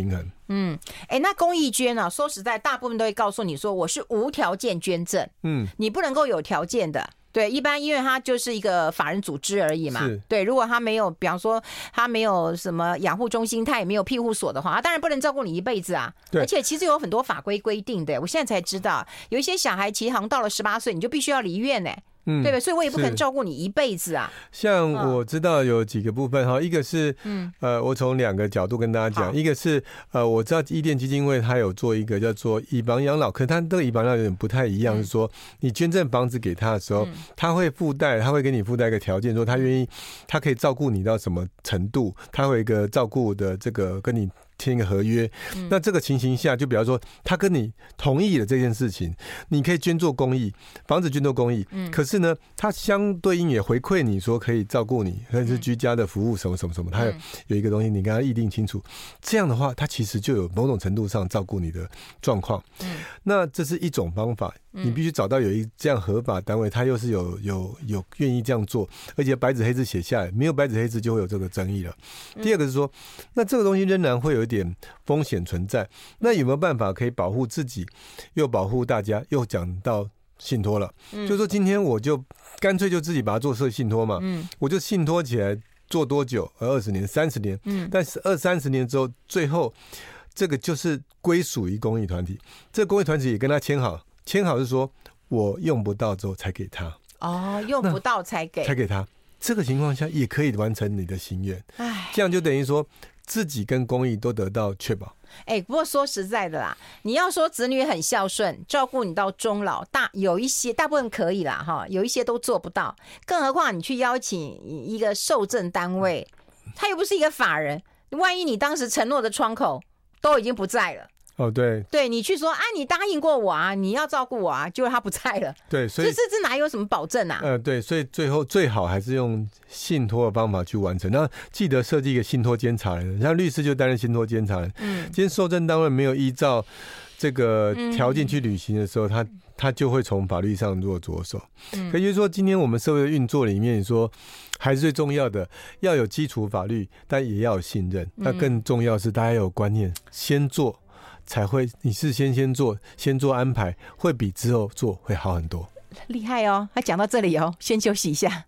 那公益捐啊，说实在，大部分都会告诉你说我是无条件捐赠，你不能够有条件的。对，一般因为它就是一个法人组织而已嘛。对，如果他没有，比方说他没有什么养护中心，他也没有庇护所的话，他当然不能照顾你一辈子啊。而且其实有很多法规规定的，我现在才知道，有一些小孩其实好像到了18岁，你就必须要离院呢。对不对？所以我也不可能照顾你一辈子啊。 像我知道有几个部分哈，一个是我从2个角度跟大家讲，一个是我知道伊甸基金会它有做一个叫做以房养老，可是它这个以房养老有点不太一样，是说你捐赠房子给他的时候，他会给你附带一个条件，说他愿意，他可以照顾你到什么程度，他会有一个照顾的这个跟你签一个合约。那这个情形下，就比方说他跟你同意了这件事情，你可以捐做公益，房子捐做公益，可是呢他相对应也回馈你说可以照顾你，或者是居家的服务什么什么什么，他有一个东西你跟他议定清楚，这样的话他其实就有某种程度上照顾你的状况。那这是一种方法，你必须找到有一这样合法单位，他又是有愿意这样做，而且白纸黑字写下来，没有白纸黑字就会有这个争议了。第二个是说，那这个东西仍然会有一点风险存在，那有没有办法可以保护自己又保护大家？又讲到信托了，就是说今天我就干脆就自己把它做社信托嘛，我就信托起来做多久？20年、30年，但是20-30年之后，最后这个就是归属于公益团体，这个公益团体也跟他签好是说我用不到之后才给他。 用不到才给他，这个情况下也可以完成你的心愿，这样就等于说自己跟公益都得到确保。 不过说实在的啦，你要说子女很孝顺，照顾你到终老，有一些大部分可以啦哈，有一些都做不到，更何况你去邀请一个受赠单位，他又不是一个法人，万一你当时承诺的窗口都已经不在了。对，你去说啊，你答应过我啊，你要照顾我啊，结果他不在了。对，所以这哪有什么保证啊？ 对，所以最后最好还是用信托的方法去完成。那记得设计一个信托监察人，像律师就担任信托监察人。今天受赠单位没有依照这个条件去履行的时候，他就会从法律上做着手。可以说，今天我们社会的运作里面，你说还是最重要的，要有基础法律，但也要有信任。那更重要是大家有观念，先做。才会，你事先做安排，会比之后做会好很多。 厉害哦！他讲到这里哦，先休息一下。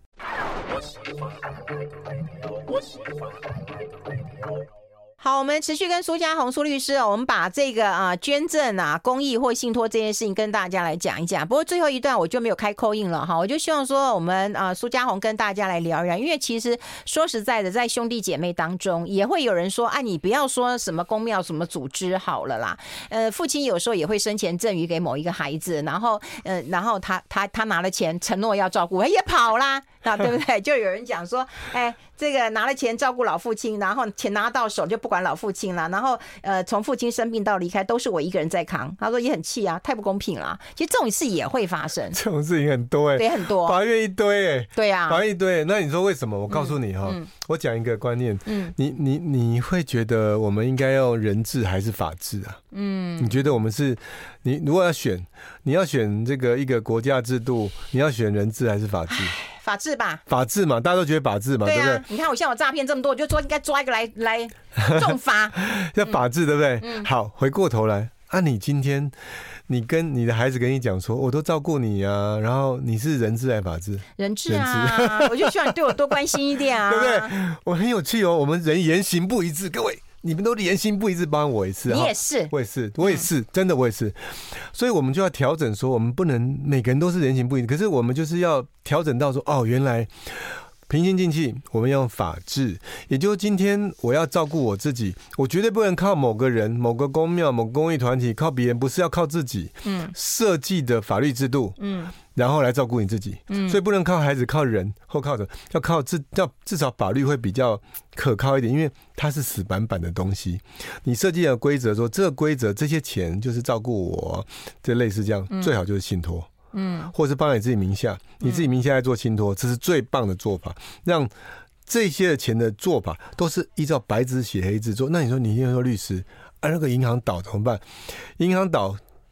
好，我们持续跟苏嘉宏苏律师我们把这个捐赠公益或信托这件事情跟大家来讲一讲。不过最后一段我就没有开call in了哈，我就希望说我们苏嘉宏跟大家来聊一聊，因为其实说实在的，在兄弟姐妹当中也会有人说你不要说什么公庙什么组织好了啦，父亲有时候也会生前赠予给某一个孩子，然后他拿了钱承诺要照顾，也跑啦，对不对？就有人讲说，这个拿了钱照顾老父亲，然后钱拿到手就不管老父亲了，然后从父亲生病到离开都是我一个人在扛，他说也很气啊，太不公平了。其实这种事也会发生， 这种事情很多对，很多法院一堆对啊， 法院一堆。那你说为什么？我告诉你我讲一个观念，你会觉得我们应该用人治还是法治啊？你觉得我们是你如果你要选这个一个国家制度，你要选人治还是法治？ 法治吧， 法治嘛，大家都觉得法治嘛，对不对？ 你看我像我诈骗这么多，我就说应该抓一个来重罚， 叫法治，对不对？好，回过头来你今天你跟你的孩子跟你讲说，我都照顾你啊，然后你是人治还是法治？ 人治啊，我就希望你对我多关心一点啊， 对不对？我很有趣我们人言行不一致，各位。你们都言行不一致，包括我也是， 你也是， 我也是，真的我也是，所以我们就要调整，说我们不能每个人都是言行不一致，可是我们就是要调整到说，原来平心静气，我们要用法治，也就是今天我要照顾我自己，我绝对不能靠某个人、某个公庙、某个公益团体，靠别人，不是要靠自己设计的法律制度，然后来照顾你自己，所以不能靠孩子、靠人或靠什么，要靠至少法律会比较可靠一点，因为它是死板板的东西。你设计的规则说，这个规则这些钱就是照顾我，这类似这样，最好就是信托，或者是放在你自己名下，你自己名下来做信托，这是最棒的做法，让这些钱的做法都是依照白纸写黑字做。那你说你今天说律师那个银行倒怎么办？银行倒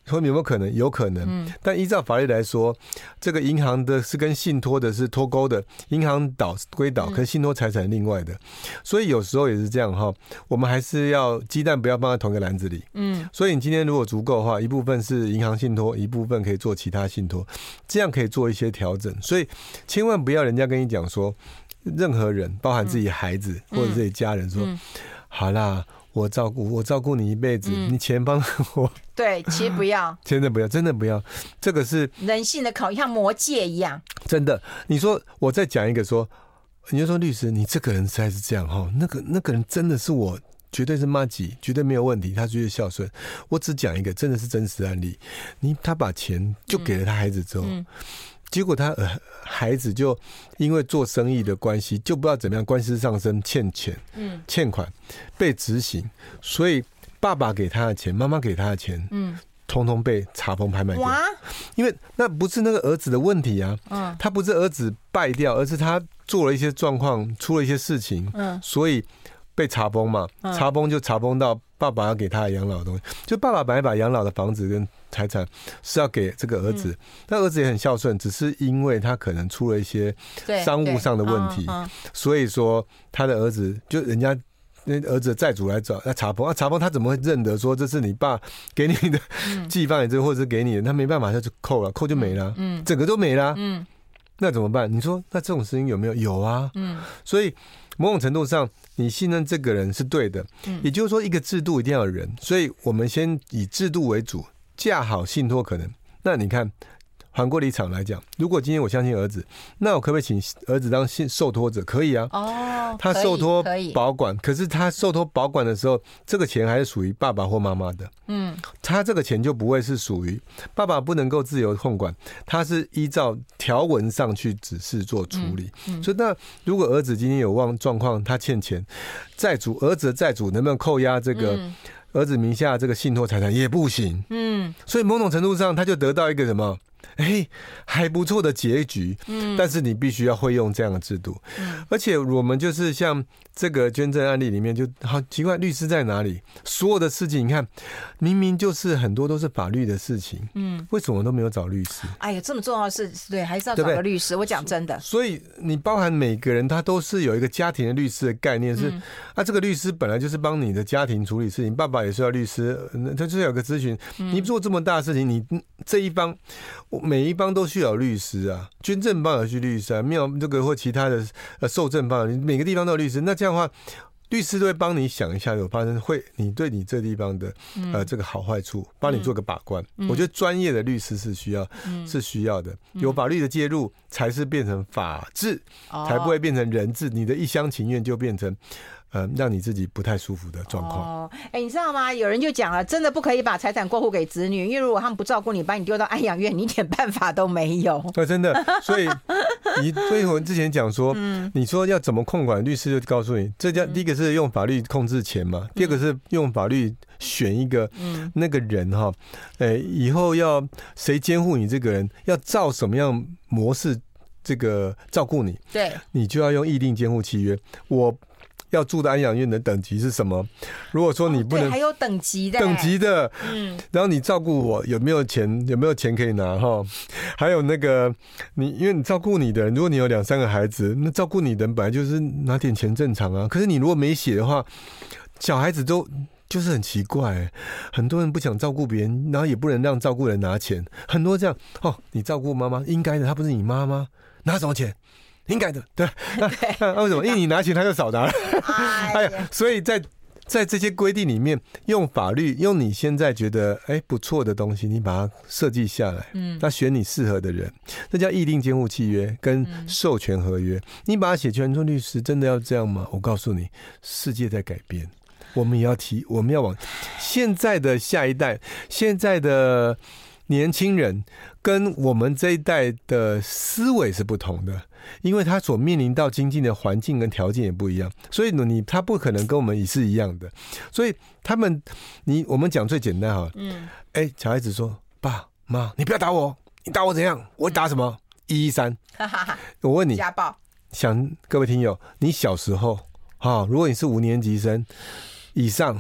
说有没有可能？有可能，但依照法律来说，这个银行的是跟信托的是脱钩的，银行倒归倒，可是信托财产另外的，所以有时候也是这样哈。我们还是要鸡蛋不要放在同一个篮子里。所以你今天如果足够的话，一部分是银行信托，一部分可以做其他信托，这样可以做一些调整。所以千万不要人家跟你讲说，任何人，包含自己孩子或者自己家人说，好啦。我照顾你一辈子，你钱帮我。 对，其实不要， 真的不要，真的不要。这个是人性的考验，像魔戒一样。 真的，你说我再讲一个说，你就说律师，你这个人实在是这样哈，那个人真的是我绝对是麻吉，绝对没有问题，他绝对孝顺。我只讲一个，真的是真实案例。他把钱就给了他孩子之后。结果他孩子就因为做生意的关系，就不知道怎么样，官司上升，欠钱，欠款被执行，所以爸爸给他的钱，妈妈给他的钱，通通被查封拍卖掉。因为那不是那个儿子的问题啊，他不是儿子败掉，而是他做了一些状况，出了一些事情，所以被查封嘛，查封就查封到爸爸要给他的养老的东西，就爸爸本来把养老的房子跟财产是要给这个儿子，那儿子也很孝顺，只是因为他可能出了一些商务上的问题，所以说他的儿子就人家那儿子的债主来找他查封，查封他怎么会认得说这是你爸给你的寄放你这或者是给你的，他没办法他就扣了，扣就没了，整个都没了，那怎么办？你说那这种事情有没有？有啊，所以某种程度上，你信任这个人是对的，也就是说，一个制度一定要有人，所以我们先以制度为主，架好信托可能。那你看，反过立场来讲，如果今天我相信儿子，那我可不可以请儿子当受托者？可以啊。他受托保管，可是他受托保管的时候，这个钱还是属于爸爸或妈妈的。他这个钱就不会是属于爸爸，不能够自由控管，他是依照条文上去指示做处理。所以那如果儿子今天有状况，他欠钱，儿子的债主能不能扣押这个儿子名下这个信托财产也不行。所以某种程度上，他就得到一个什么？还不错的结局，但是你必须要会用这样的制度，而且我们就是像这个捐赠案例里面，就好奇怪，律师在哪里？所有的事情，你看，明明就是很多都是法律的事情，为什么都没有找律师？ 哎呀，这么重要的事，对，还是要找个律师。我讲真的， 所以你包含每个人，他都是有一个家庭的律师的概念，是这个律师本来就是帮你的家庭处理事情，爸爸也是要律师，他就是有个咨询，你做这么大的事情，你这一方。每一方都需要律师啊，捐赠方有需律师啊，庙这个或其他的受赠方，每个地方都有律师。那这样的话，律师都会帮你想一下有发生你对你这地方的这个好坏处，帮你做个把关。我觉得专业的律师是需要的，有法律的介入才是变成法治，才不会变成人治。你的一厢情愿就变成。让你自己不太舒服的状况。 你知道吗？有人就讲了，真的不可以把财产过户给子女，因为如果他们不照顾你，把你丢到安养院，你一点办法都没有。 真的，所以我们之前讲说，你说要怎么控管，律师就告诉你，这叫第一个是用法律控制钱嘛，第二个是用法律选一个那个人哈，以后要谁监护你这个人，要照什么样模式这个照顾你， 对， 你就要用议定监护契约。我要住的安养院的等级是什么？如果说你不能， 还有等级的， 然后你照顾我有没有钱可以拿哈？还有那个因为你照顾你的人，如果你有2-3个孩子，那照顾你的人本来就是拿点钱正常啊。可是你如果没写的话，小孩子就是很奇怪，很多人不想照顾别人，然后也不能让照顾人拿钱，很多这样你照顾妈妈应该的，她不是你妈妈，拿什么钱？应该的，对。那为什么？因为你拿钱，他就少拿了。所以在这些规定里面，用法律，用你现在觉得不错的东西，你把它设计下来，那选你适合的人，这叫议定监护契约跟授权合约。你把它写全，说律师真的要这样吗？我告诉你，世界在改变，我们要往现在的下一代，现在的年轻人跟我们这一代的思维是不同的，因为他所面临到经济的环境跟条件也不一样，所以他不可能跟我们是一样的，所以我们讲最简单哈，小孩子说爸妈你不要打我，你打我怎样？我打什么？113。我问你， 家暴。 各位听友，你小时候如果你是5年级生以上，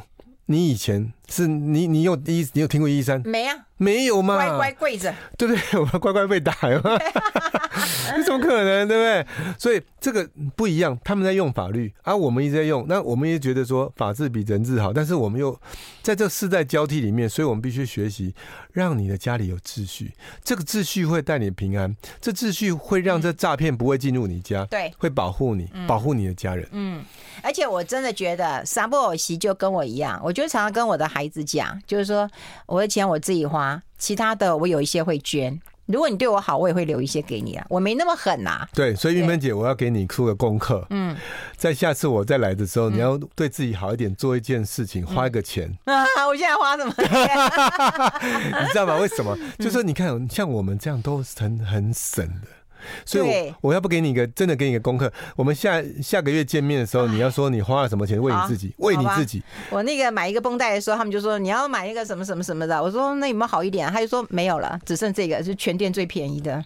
你以前是你有听过113？ 没啊， 没有嘛？ 乖乖跪着， 对不对？我们乖乖被打有没有？你怎么可能，对不对？所以这个不一样，他们在用法律，我们一直在用，那我们也觉得说法治比人治好，但是我们又在这世代交替里面，所以我们必须学习，让你的家里有秩序，这个秩序会带你平安，这秩序会让这诈骗不会进入你家， 对， 会保护你，保护你的家人。 而且我真的觉得撒布偶席就跟我一样，我就常常跟我的孩子讲，就是说我的钱我自己花，其他的我有一些会捐。如果你对我好，我也会留一些给你啊，我没那么狠啊。 对，所以玉芬姐，我要给你出个功课。在下次我再来的时候，你要对自己好一点，做一件事情，花一个钱。 我现在花什么钱？ 你知道吗？为什么？就是你看，像我们这样都很省的。所以我要不给你真的给你一个功课，我们下个月见面的时候，你要说你花了什么钱为你自己，为你自己。 我那个买一个绷带的时候，他们就说你要买一个什么什么什么的，我说那有没有好一点？他就说没有了，只剩这个是全店最便宜的。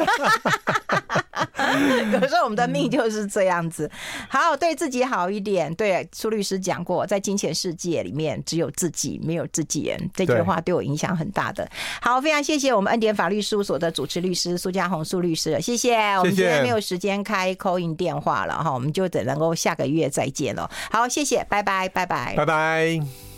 有时候我们的命就是这样子，好，对自己好一点。对，苏律师讲过，在金钱世界里面只有自己，没有自己人，这句话对我影响很大的。好，非常谢谢我们恩典法律事务所的主持律师苏嘉宏苏律师，谢谢。我们今天没有时间开 call in 电话了哈，我们就等能够下个月再见了。好，谢谢，拜拜，拜拜， 拜拜。